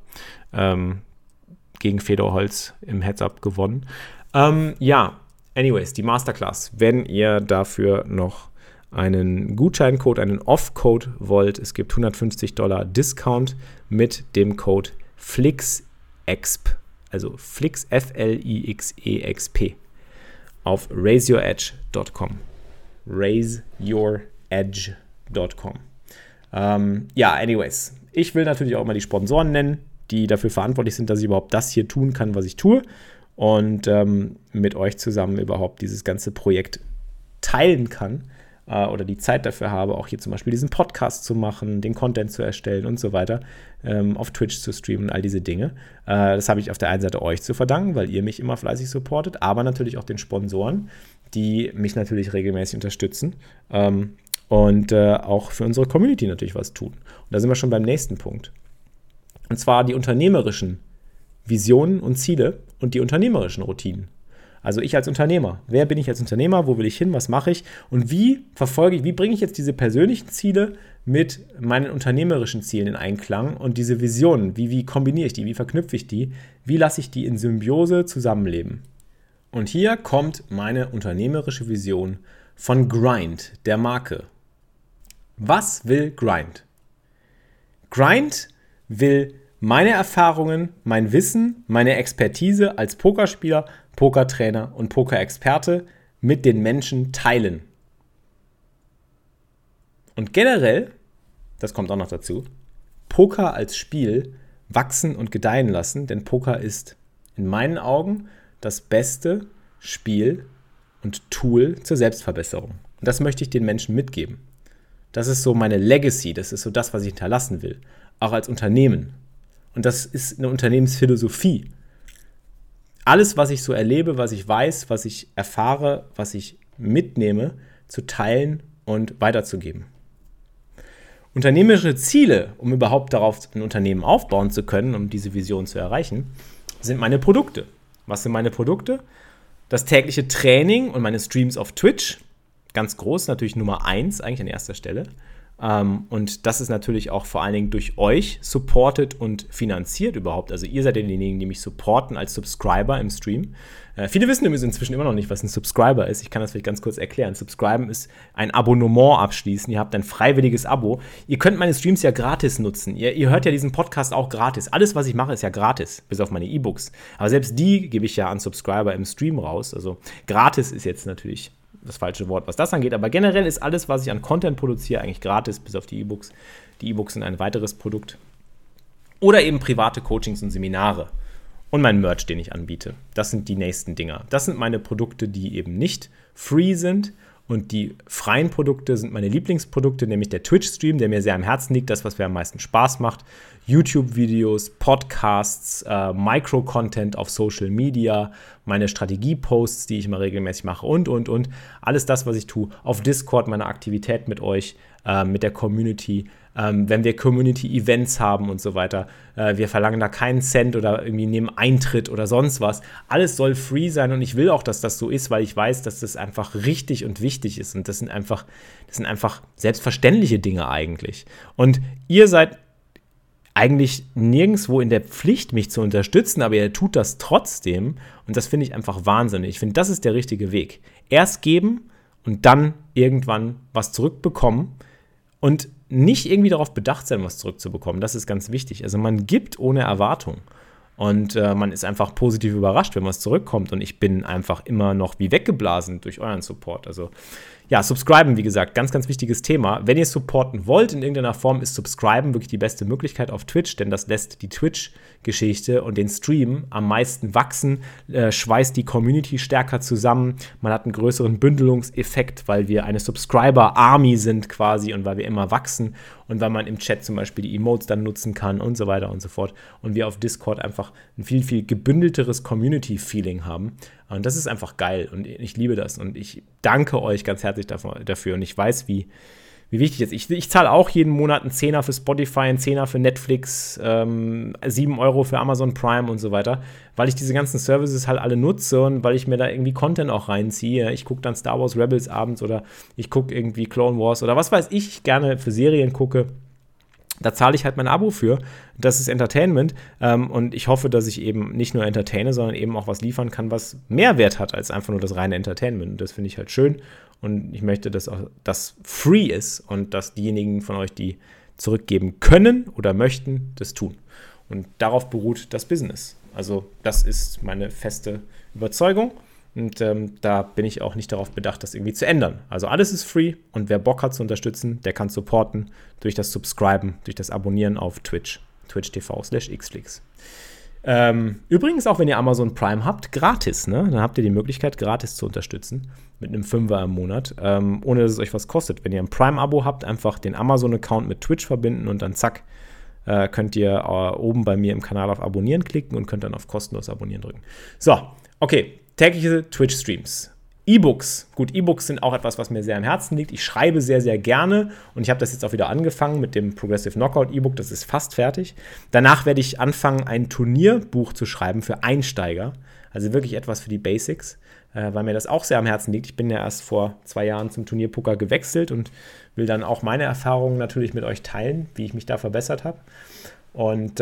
gegen Fedor Holz im Heads-Up gewonnen. Anyways, die Masterclass, wenn ihr dafür noch einen Gutscheincode, einen Off-Code wollt, es gibt $150 Discount mit dem Code FLIXEXP, also Flix, FLIXEXP, auf raiseyouredge.com. raiseyouredge.com. Anyways, ich will natürlich auch mal die Sponsoren nennen, die dafür verantwortlich sind, dass ich überhaupt das hier tun kann, was ich tue und mit euch zusammen überhaupt dieses ganze Projekt teilen kann. Oder die Zeit dafür habe, auch hier zum Beispiel diesen Podcast zu machen, den Content zu erstellen und so weiter, auf Twitch zu streamen, all diese Dinge. Das habe ich auf der einen Seite euch zu verdanken, weil ihr mich immer fleißig supportet, aber natürlich auch den Sponsoren, die mich natürlich regelmäßig unterstützen und auch für unsere Community natürlich was tun. Und da sind wir schon beim nächsten Punkt. Und zwar die unternehmerischen Visionen und Ziele und die unternehmerischen Routinen. Also ich als Unternehmer. Wer bin ich als Unternehmer? Wo will ich hin? Was mache ich? Und wie bringe ich jetzt diese persönlichen Ziele mit meinen unternehmerischen Zielen in Einklang und diese Visionen? Wie kombiniere ich die? Wie verknüpfe ich die? Wie lasse ich die in Symbiose zusammenleben? Und hier kommt meine unternehmerische Vision von Grind, der Marke. Was will Grind? Grind will meine Erfahrungen, mein Wissen, meine Expertise als Pokerspieler, Pokertrainer und Pokerexperte mit den Menschen teilen. Und generell, das kommt auch noch dazu, Poker als Spiel wachsen und gedeihen lassen, denn Poker ist in meinen Augen das beste Spiel und Tool zur Selbstverbesserung. Und das möchte ich den Menschen mitgeben. Das ist so meine Legacy, das ist so das, was ich hinterlassen will, auch als Unternehmen. Und das ist eine Unternehmensphilosophie. Alles, was ich so erlebe, was ich weiß, was ich erfahre, was ich mitnehme, zu teilen und weiterzugeben. Unternehmerische Ziele, um überhaupt darauf ein Unternehmen aufbauen zu können, um diese Vision zu erreichen, sind meine Produkte. Was sind meine Produkte? Das tägliche Training und meine Streams auf Twitch. Ganz groß, natürlich Nummer 1, eigentlich an erster Stelle. Und das ist natürlich auch vor allen Dingen durch euch supported und finanziert überhaupt. Also ihr seid diejenigen, die mich supporten als Subscriber im Stream. Viele wissen übrigens inzwischen immer noch nicht, was ein Subscriber ist. Ich kann das vielleicht ganz kurz erklären. Subscriben ist ein Abonnement abschließen. Ihr habt ein freiwilliges Abo. Ihr könnt meine Streams ja gratis nutzen. Ihr hört ja diesen Podcast auch gratis. Alles, was ich mache, ist ja gratis, bis auf meine E-Books. Aber selbst die gebe ich ja an Subscriber im Stream raus. Also gratis ist jetzt natürlich das falsche Wort, was das angeht. Aber generell ist alles, was ich an Content produziere, eigentlich gratis, bis auf die E-Books. Die E-Books sind ein weiteres Produkt. Oder eben private Coachings und Seminare. Und mein Merch, den ich anbiete. Das sind die nächsten Dinger. Das sind meine Produkte, die eben nicht free sind. Und die freien Produkte sind meine Lieblingsprodukte, nämlich der Twitch-Stream, der mir sehr am Herzen liegt, das, was mir am meisten Spaß macht. YouTube-Videos, Podcasts, Micro-Content auf Social Media, meine Strategie-Posts, die ich immer regelmäßig mache und. Alles das, was ich tue. Auf Discord meine Aktivität mit euch, mit der Community. Wenn wir Community-Events haben und so weiter. Wir verlangen da keinen Cent oder irgendwie nehmen Eintritt oder sonst was. Alles soll free sein und ich will auch, dass das so ist, weil ich weiß, dass das einfach richtig und wichtig ist. Und das sind einfach selbstverständliche Dinge eigentlich. Und ihr seid eigentlich nirgendwo in der Pflicht, mich zu unterstützen, aber ihr tut das trotzdem. Und das finde ich einfach wahnsinnig. Ich finde, das ist der richtige Weg. Erst geben und dann irgendwann was zurückbekommen. Und nicht irgendwie darauf bedacht sein, was zurückzubekommen. Das ist ganz wichtig. Also man gibt ohne Erwartung. Und man ist einfach positiv überrascht, wenn was zurückkommt. Und ich bin einfach immer noch wie weggeblasen durch euren Support. Also ja, subscriben, wie gesagt, ganz, ganz wichtiges Thema. Wenn ihr supporten wollt in irgendeiner Form, ist subscriben wirklich die beste Möglichkeit auf Twitch, denn das lässt die Twitch-Geschichte und den Stream am meisten wachsen, schweißt die Community stärker zusammen. Man hat einen größeren Bündelungseffekt, weil wir eine Subscriber-Army sind quasi und weil wir immer wachsen und weil man im Chat zum Beispiel die Emotes dann nutzen kann und so weiter und so fort. Und wir auf Discord einfach ein viel, viel gebündelteres Community-Feeling haben. Und das ist einfach geil und ich liebe das und ich danke euch ganz herzlich dafür und ich weiß, wie wichtig das ist. Ich zahle auch jeden Monat einen Zehner für Spotify, einen Zehner für Netflix, 7 € für Amazon Prime und so weiter, weil ich diese ganzen Services halt alle nutze und weil ich mir da irgendwie Content auch reinziehe. Ich gucke dann Star Wars Rebels abends oder ich gucke irgendwie Clone Wars oder was weiß ich gerne für Serien gucke. Da zahle ich halt mein Abo für. Das ist Entertainment. Und ich hoffe, dass ich eben nicht nur entertaine, sondern eben auch was liefern kann, was mehr Wert hat als einfach nur das reine Entertainment. Und das finde ich halt schön. Und ich möchte, dass auch das free ist und dass diejenigen von euch, die zurückgeben können oder möchten, das tun. Und darauf beruht das Business. Also das ist meine feste Überzeugung. Und da bin ich auch nicht darauf bedacht, das irgendwie zu ändern. Also alles ist free und wer Bock hat zu unterstützen, der kann supporten durch das Subscriben, durch das Abonnieren auf Twitch, twitch.tv/xflix. Übrigens auch, wenn ihr Amazon Prime habt, gratis, ne? Dann habt ihr die Möglichkeit, gratis zu unterstützen mit einem $5 im Monat, ohne dass es euch was kostet. Wenn ihr ein Prime-Abo habt, einfach den Amazon-Account mit Twitch verbinden und dann zack, könnt ihr oben bei mir im Kanal auf Abonnieren klicken und könnt dann auf kostenlos Abonnieren drücken. So, okay. Tägliche Twitch-Streams. E-Books. Gut, E-Books sind auch etwas, was mir sehr am Herzen liegt. Ich schreibe sehr, sehr gerne und ich habe das jetzt auch wieder angefangen mit dem Progressive Knockout E-Book. Das ist fast fertig. Danach werde ich anfangen, ein Turnierbuch zu schreiben für Einsteiger. Also wirklich etwas für die Basics, weil mir das auch sehr am Herzen liegt. Ich bin ja erst vor 2 Jahren zum Turnierpoker gewechselt und will dann auch meine Erfahrungen natürlich mit euch teilen, wie ich mich da verbessert habe. Und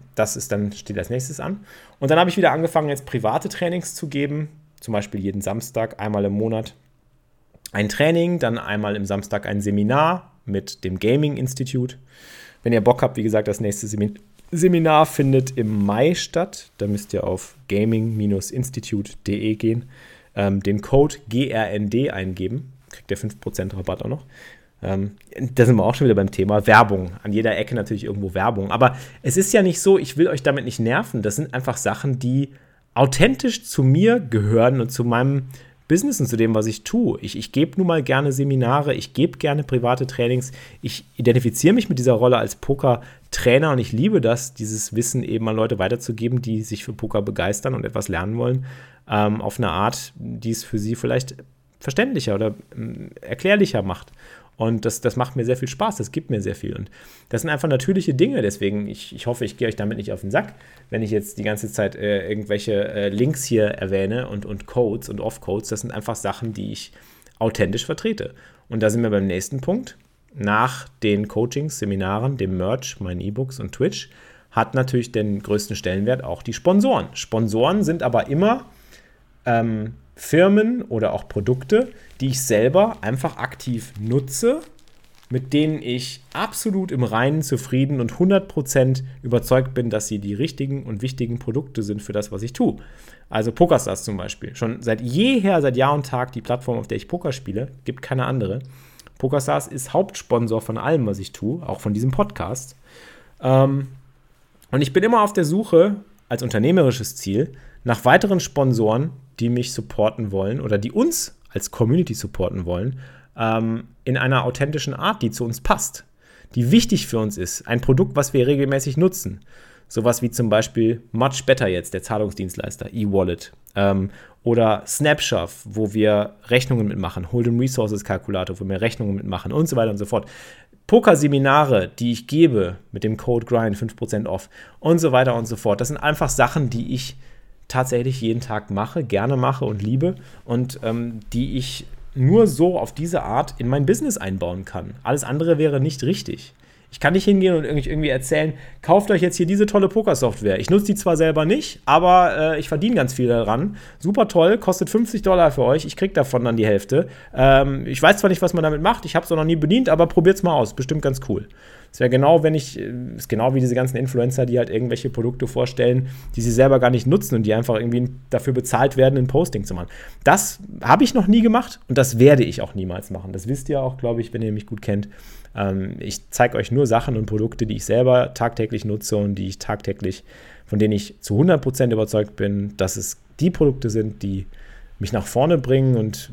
steht als nächstes an. Und dann habe ich wieder angefangen, jetzt private Trainings zu geben. Zum Beispiel jeden Samstag, einmal im Monat ein Training, dann einmal im Samstag ein Seminar mit dem Gaming Institute. Wenn ihr Bock habt, wie gesagt, das nächste Seminar findet im Mai statt. Da müsst ihr auf gaming-institute.de gehen, den Code GRND eingeben. Kriegt ihr 5% Rabatt auch noch. Da sind wir auch schon wieder beim Thema Werbung. An jeder Ecke natürlich irgendwo Werbung. Aber es ist ja nicht so, ich will euch damit nicht nerven. Das sind einfach Sachen, die authentisch zu mir gehören und zu meinem Business und zu dem, was ich tue. Ich gebe nun mal gerne Seminare, ich gebe gerne private Trainings. Ich identifiziere mich mit dieser Rolle als Poker-Trainer und ich liebe das, dieses Wissen eben an Leute weiterzugeben, die sich für Poker begeistern und etwas lernen wollen, auf eine Art, die es für sie vielleicht verständlicher oder erklärlicher macht. Und das macht mir sehr viel Spaß, das gibt mir sehr viel. Und das sind einfach natürliche Dinge, deswegen, ich hoffe, ich gehe euch damit nicht auf den Sack, wenn ich jetzt die ganze Zeit irgendwelche Links hier erwähne und Codes und Off-Codes. Das sind einfach Sachen, die ich authentisch vertrete. Und da sind wir beim nächsten Punkt. Nach den Coachings, Seminaren, dem Merch, meinen E-Books und Twitch hat natürlich den größten Stellenwert auch die Sponsoren. Sponsoren sind aber immer Firmen oder auch Produkte, die ich selber einfach aktiv nutze, mit denen ich absolut im Reinen zufrieden und 100% überzeugt bin, dass sie die richtigen und wichtigen Produkte sind für das, was ich tue. Also PokerStars zum Beispiel. Schon seit jeher, seit Jahr und Tag die Plattform, auf der ich Poker spiele, gibt keine andere. PokerStars ist Hauptsponsor von allem, was ich tue, auch von diesem Podcast. Und ich bin immer auf der Suche, als unternehmerisches Ziel, nach weiteren Sponsoren, die mich supporten wollen oder die uns als Community supporten wollen, in einer authentischen Art, die zu uns passt, die wichtig für uns ist. Ein Produkt, was wir regelmäßig nutzen. Sowas wie zum Beispiel Much Better jetzt, der Zahlungsdienstleister, E-Wallet. Oder Snapshot, wo wir Rechnungen mitmachen. Hold'em Resources Kalkulator, wo wir Rechnungen mitmachen und so weiter und so fort. Pokerseminare, die ich gebe mit dem Code GRIND, 5% off und so weiter und so fort. Das sind einfach Sachen, die ich tatsächlich jeden Tag mache, gerne mache und liebe und die ich nur so auf diese Art in mein Business einbauen kann. Alles andere wäre nicht richtig. Ich kann nicht hingehen und irgendwie erzählen, kauft euch jetzt hier diese tolle Pokersoftware. Ich nutze die zwar selber nicht, aber ich verdiene ganz viel daran. Super toll, kostet $50 für euch. Ich kriege davon dann die Hälfte. Ich weiß zwar nicht, was man damit macht, ich habe es noch nie bedient, aber probiert's mal aus. Bestimmt ganz cool. Das wäre genau, ist genau wie diese ganzen Influencer, die halt irgendwelche Produkte vorstellen, die sie selber gar nicht nutzen und die einfach irgendwie dafür bezahlt werden, ein Posting zu machen. Das habe ich noch nie gemacht und das werde ich auch niemals machen. Das wisst ihr auch, glaube ich, wenn ihr mich gut kennt. Ich zeige euch nur Sachen und Produkte, die ich selber tagtäglich nutze und die ich tagtäglich, von denen ich zu 100% überzeugt bin, dass es die Produkte sind, die mich nach vorne bringen und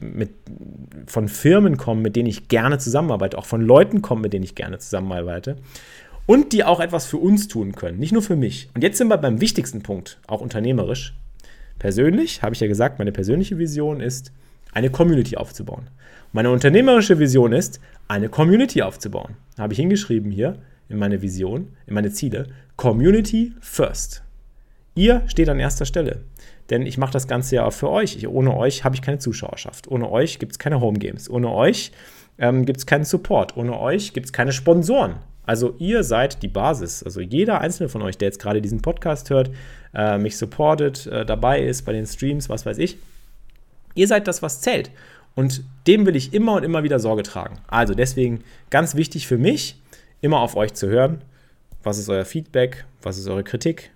von Firmen kommen, mit denen ich gerne zusammenarbeite, auch von Leuten kommen, mit denen ich gerne zusammenarbeite und die auch etwas für uns tun können, nicht nur für mich. Und jetzt sind wir beim wichtigsten Punkt, auch unternehmerisch. Persönlich, habe ich ja gesagt, meine persönliche Vision ist, eine Community aufzubauen. Meine unternehmerische Vision ist, eine Community aufzubauen. Habe ich hingeschrieben hier in meine Vision, in meine Ziele, Community first. Ihr steht an erster Stelle. Denn ich mache das Ganze ja auch für euch. Ohne euch habe ich keine Zuschauerschaft. Ohne euch gibt es keine Homegames. Ohne euch gibt es keinen Support. Ohne euch gibt es keine Sponsoren. Also ihr seid die Basis. Also jeder einzelne von euch, der jetzt gerade diesen Podcast hört, mich supportet, dabei ist bei den Streams, was weiß ich. Ihr seid das, was zählt. Und dem will ich immer und immer wieder Sorge tragen. Also deswegen ganz wichtig für mich, immer auf euch zu hören. Was ist euer Feedback? Was ist eure Kritik?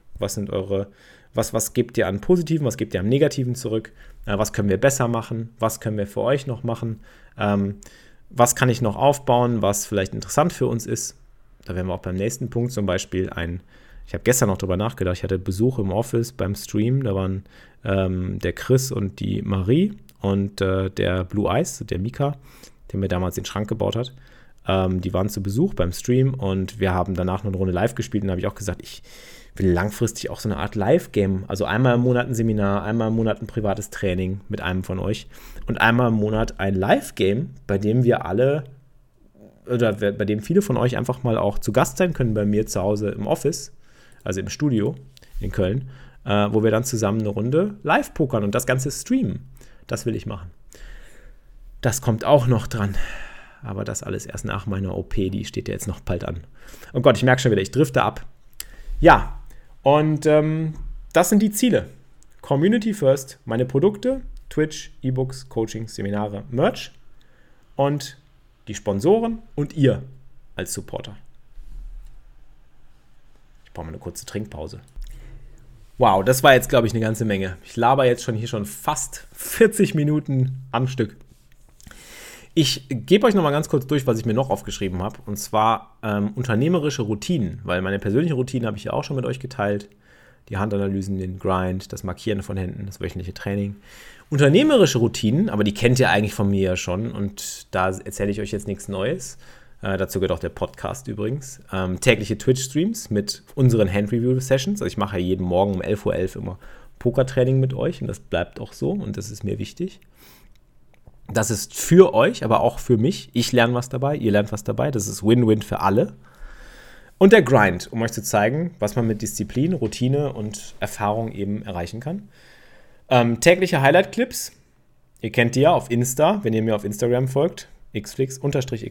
Was gebt ihr an Positiven, was gebt ihr am Negativen zurück? Was können wir besser machen? Was können wir für euch noch machen? Was kann ich noch aufbauen, was vielleicht interessant für uns ist? Da wären wir auch beim nächsten Punkt, zum Beispiel ich habe gestern noch drüber nachgedacht, ich hatte Besuch im Office beim Stream, da waren der Chris und die Marie und der Blue Eyes, der Mika, der mir damals den Schrank gebaut hat. Die waren zu Besuch beim Stream und wir haben danach noch eine Runde live gespielt und da habe ich auch gesagt, ich will langfristig auch so eine Art Live-Game, also einmal im Monat ein Seminar, einmal im Monat ein privates Training mit einem von euch und einmal im Monat ein Live-Game, bei dem wir alle oder bei dem viele von euch einfach mal auch zu Gast sein können bei mir zu Hause im Office, also im Studio in Köln, wo wir dann zusammen eine Runde live pokern und das Ganze streamen. Das will ich machen. Das kommt auch noch dran. Aber das alles erst nach meiner OP, die steht ja jetzt noch bald an. Oh Gott, ich merke schon wieder, ich drifte ab. Ja, und das sind die Ziele. Community first, meine Produkte, Twitch, E-Books, Coachings, Seminare, Merch und die Sponsoren und ihr als Supporter. Ich brauche mal eine kurze Trinkpause. Wow, das war jetzt, glaube ich, eine ganze Menge. Ich laber jetzt hier schon fast 40 Minuten am Stück. Ich gebe euch noch mal ganz kurz durch, was ich mir noch aufgeschrieben habe. Und zwar unternehmerische Routinen. Weil meine persönliche Routine habe ich ja auch schon mit euch geteilt. Die Handanalysen, den Grind, das Markieren von Händen, das wöchentliche Training. Unternehmerische Routinen, aber die kennt ihr eigentlich von mir ja schon. Und da erzähle ich euch jetzt nichts Neues. Dazu gehört auch der Podcast übrigens. Tägliche Twitch-Streams mit unseren Hand-Review-Sessions. Also ich mache ja jeden Morgen um 11:11 Uhr immer Pokertraining mit euch. Und das bleibt auch so. Und das ist mir wichtig. Das ist für euch, aber auch für mich. Ich lerne was dabei, ihr lernt was dabei. Das ist Win-Win für alle. Und der Grind, um euch zu zeigen, was man mit Disziplin, Routine und Erfahrung eben erreichen kann. Tägliche Highlight-Clips. Ihr kennt die ja auf Insta, wenn ihr mir auf Instagram folgt. xflix_.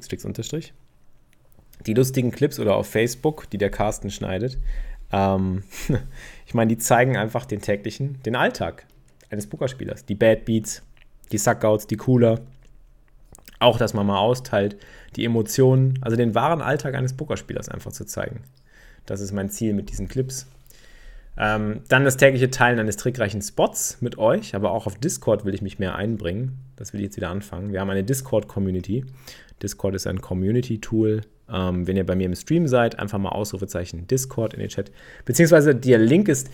Die lustigen Clips oder auf Facebook, die der Carsten schneidet. Ich meine, die zeigen einfach den Alltag eines Pokerspielers. Die Bad Beats, die Suckouts, die Cooler. Auch, dass man mal austeilt, die Emotionen, also den wahren Alltag eines Pokerspielers einfach zu zeigen. Das ist mein Ziel mit diesen Clips. Dann das tägliche Teilen eines trickreichen Spots mit euch, aber auch auf Discord will ich mich mehr einbringen. Das will ich jetzt wieder anfangen. Wir haben eine Discord-Community. Discord ist ein Community-Tool. Wenn ihr bei mir im Stream seid, einfach mal Ausrufezeichen Discord in den Chat. Beziehungsweise der Link ist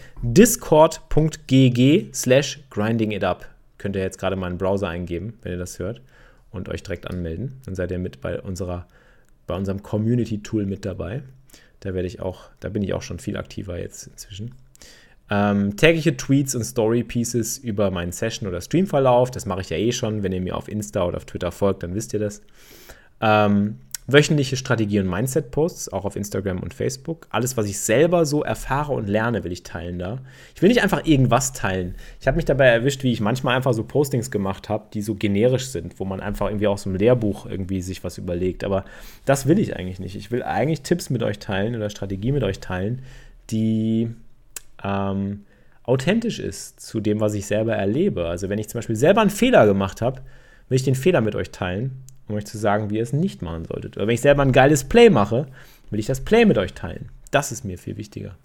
discord.gg/grindingitup. Könnt ihr jetzt gerade mal einen Browser eingeben, wenn ihr das hört, und euch direkt anmelden. Dann seid ihr mit bei unserem Community-Tool mit dabei. Da bin ich auch schon viel aktiver jetzt inzwischen. Tägliche Tweets und Story-Pieces über meinen Session- oder Streamverlauf. Das mache ich ja eh schon. Wenn ihr mir auf Insta oder auf Twitter folgt, dann wisst ihr das. Wöchentliche Strategie- und Mindset-Posts, auch auf Instagram und Facebook. Alles, was ich selber so erfahre und lerne, will ich teilen da. Ich will nicht einfach irgendwas teilen. Ich habe mich dabei erwischt, wie ich manchmal einfach so Postings gemacht habe, die so generisch sind, wo man einfach irgendwie aus einem Lehrbuch irgendwie sich was überlegt. Aber das will ich eigentlich nicht. Ich will eigentlich Tipps mit euch teilen oder Strategie mit euch teilen, die authentisch ist zu dem, was ich selber erlebe. Also wenn ich zum Beispiel selber einen Fehler gemacht habe, will ich den Fehler mit euch teilen, um euch zu sagen, wie ihr es nicht machen solltet. Oder wenn ich selber ein geiles Play mache, will ich das Play mit euch teilen. Das ist mir viel wichtiger.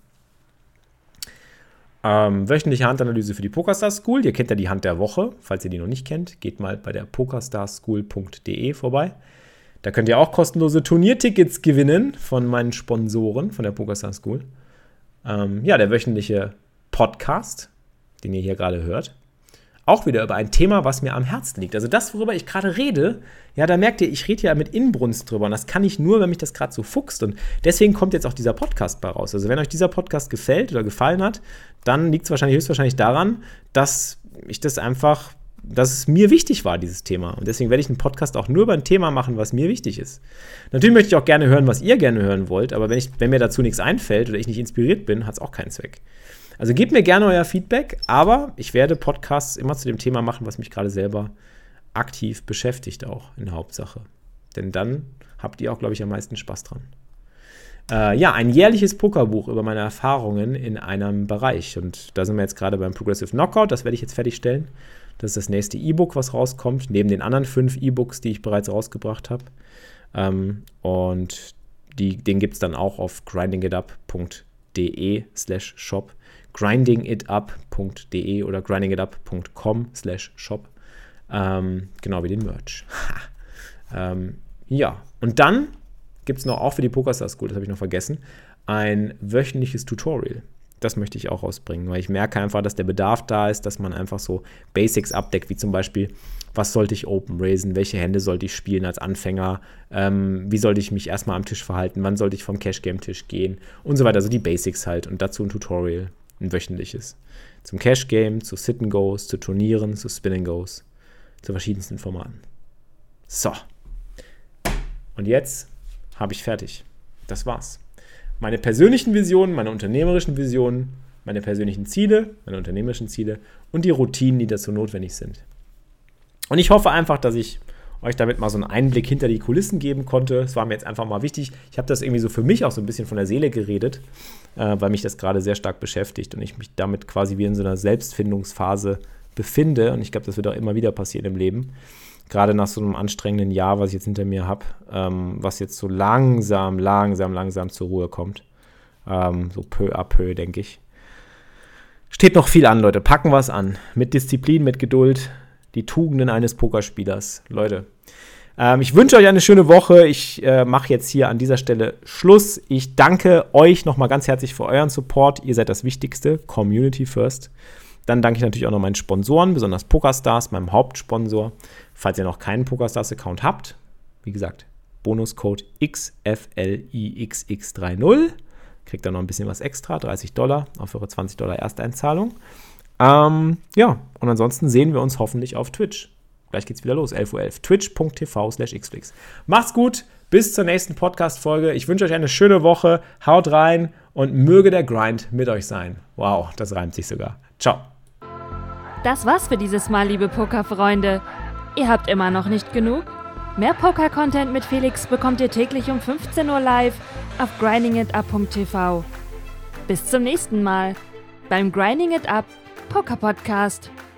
Wöchentliche Handanalyse für die PokerStars School. Ihr kennt ja die Hand der Woche. Falls ihr die noch nicht kennt, geht mal bei der pokerstarschool.de vorbei. Da könnt ihr auch kostenlose Turniertickets gewinnen von meinen Sponsoren von der PokerStars School. Der wöchentliche Podcast, den ihr hier gerade hört. Auch wieder über ein Thema, was mir am Herzen liegt. Also das, worüber ich gerade rede, ja, da merkt ihr, ich rede ja mit Inbrunst drüber. Und das kann ich nur, wenn mich das gerade so fuchst. Und deswegen kommt jetzt auch dieser Podcast bei raus. Also wenn euch dieser Podcast gefällt oder gefallen hat, dann liegt es höchstwahrscheinlich daran, dass es mir wichtig war, dieses Thema. Und deswegen werde ich einen Podcast auch nur über ein Thema machen, was mir wichtig ist. Natürlich möchte ich auch gerne hören, was ihr gerne hören wollt. Aber wenn mir dazu nichts einfällt oder ich nicht inspiriert bin, hat es auch keinen Zweck. Also gebt mir gerne euer Feedback, aber ich werde Podcasts immer zu dem Thema machen, was mich gerade selber aktiv beschäftigt, auch in der Hauptsache. Denn dann habt ihr auch, glaube ich, am meisten Spaß dran. Ein jährliches Pokerbuch über meine Erfahrungen in einem Bereich. Und da sind wir jetzt gerade beim Progressive Knockout, das werde ich jetzt fertigstellen. Das ist das nächste E-Book, was rauskommt, neben den anderen 5 E-Books, die ich bereits rausgebracht habe. Den gibt es dann auch auf grindingitup.de/shop. grindingitup.de oder grindingitup.com/shop. Genau wie den Merch. Und dann gibt es noch auch für die PokerStars School, das habe ich noch vergessen, ein wöchentliches Tutorial. Das möchte ich auch rausbringen, weil ich merke einfach, dass der Bedarf da ist, dass man einfach so Basics abdeckt, wie zum Beispiel, was sollte ich open raisen, welche Hände sollte ich spielen als Anfänger, wie sollte ich mich erstmal am Tisch verhalten, wann sollte ich vom Cash-Game-Tisch gehen und so weiter, also die Basics halt und dazu ein Tutorial, ein wöchentliches. Zum Cash-Game, zu Sit-and-Goes, zu Turnieren, zu Spin-and-Goes, zu verschiedensten Formaten. So. Und jetzt habe ich fertig. Das war's. Meine persönlichen Visionen, meine unternehmerischen Visionen, meine persönlichen Ziele, meine unternehmerischen Ziele und die Routinen, die dazu notwendig sind. Und ich hoffe einfach, dass ich euch damit mal so einen Einblick hinter die Kulissen geben konnte. Es war mir jetzt einfach mal wichtig. Ich habe das irgendwie so für mich auch so ein bisschen von der Seele geredet, weil mich das gerade sehr stark beschäftigt und ich mich damit quasi wie in so einer Selbstfindungsphase befinde. Und ich glaube, das wird auch immer wieder passieren im Leben. Gerade nach so einem anstrengenden Jahr, was ich jetzt hinter mir habe, was jetzt so langsam zur Ruhe kommt. So peu à peu, denke ich. Steht noch viel an, Leute. Packen wir es an. Mit Disziplin, mit Geduld. Die Tugenden eines Pokerspielers. Leute, ich wünsche euch eine schöne Woche. Ich mache jetzt hier an dieser Stelle Schluss. Ich danke euch nochmal ganz herzlich für euren Support. Ihr seid das Wichtigste. Community first. Dann danke ich natürlich auch noch meinen Sponsoren, besonders PokerStars, meinem Hauptsponsor. Falls ihr noch keinen PokerStars-Account habt, wie gesagt, Bonuscode XFLIXX30. Kriegt dann noch ein bisschen was extra, $30 auf eure $20 Ersteinzahlung. Und ansonsten sehen wir uns hoffentlich auf Twitch. Gleich geht's wieder los, 11:11 Uhr. Twitch.tv/xflix. Macht's gut, bis zur nächsten Podcast-Folge. Ich wünsche euch eine schöne Woche. Haut rein und möge der Grind mit euch sein. Wow, das reimt sich sogar. Ciao. Das war's für dieses Mal, liebe Pokerfreunde. Ihr habt immer noch nicht genug? Mehr Poker-Content mit Felix bekommt ihr täglich um 15 Uhr live auf grindingitup.tv. Bis zum nächsten Mal beim Grinding It Up Poker Podcast.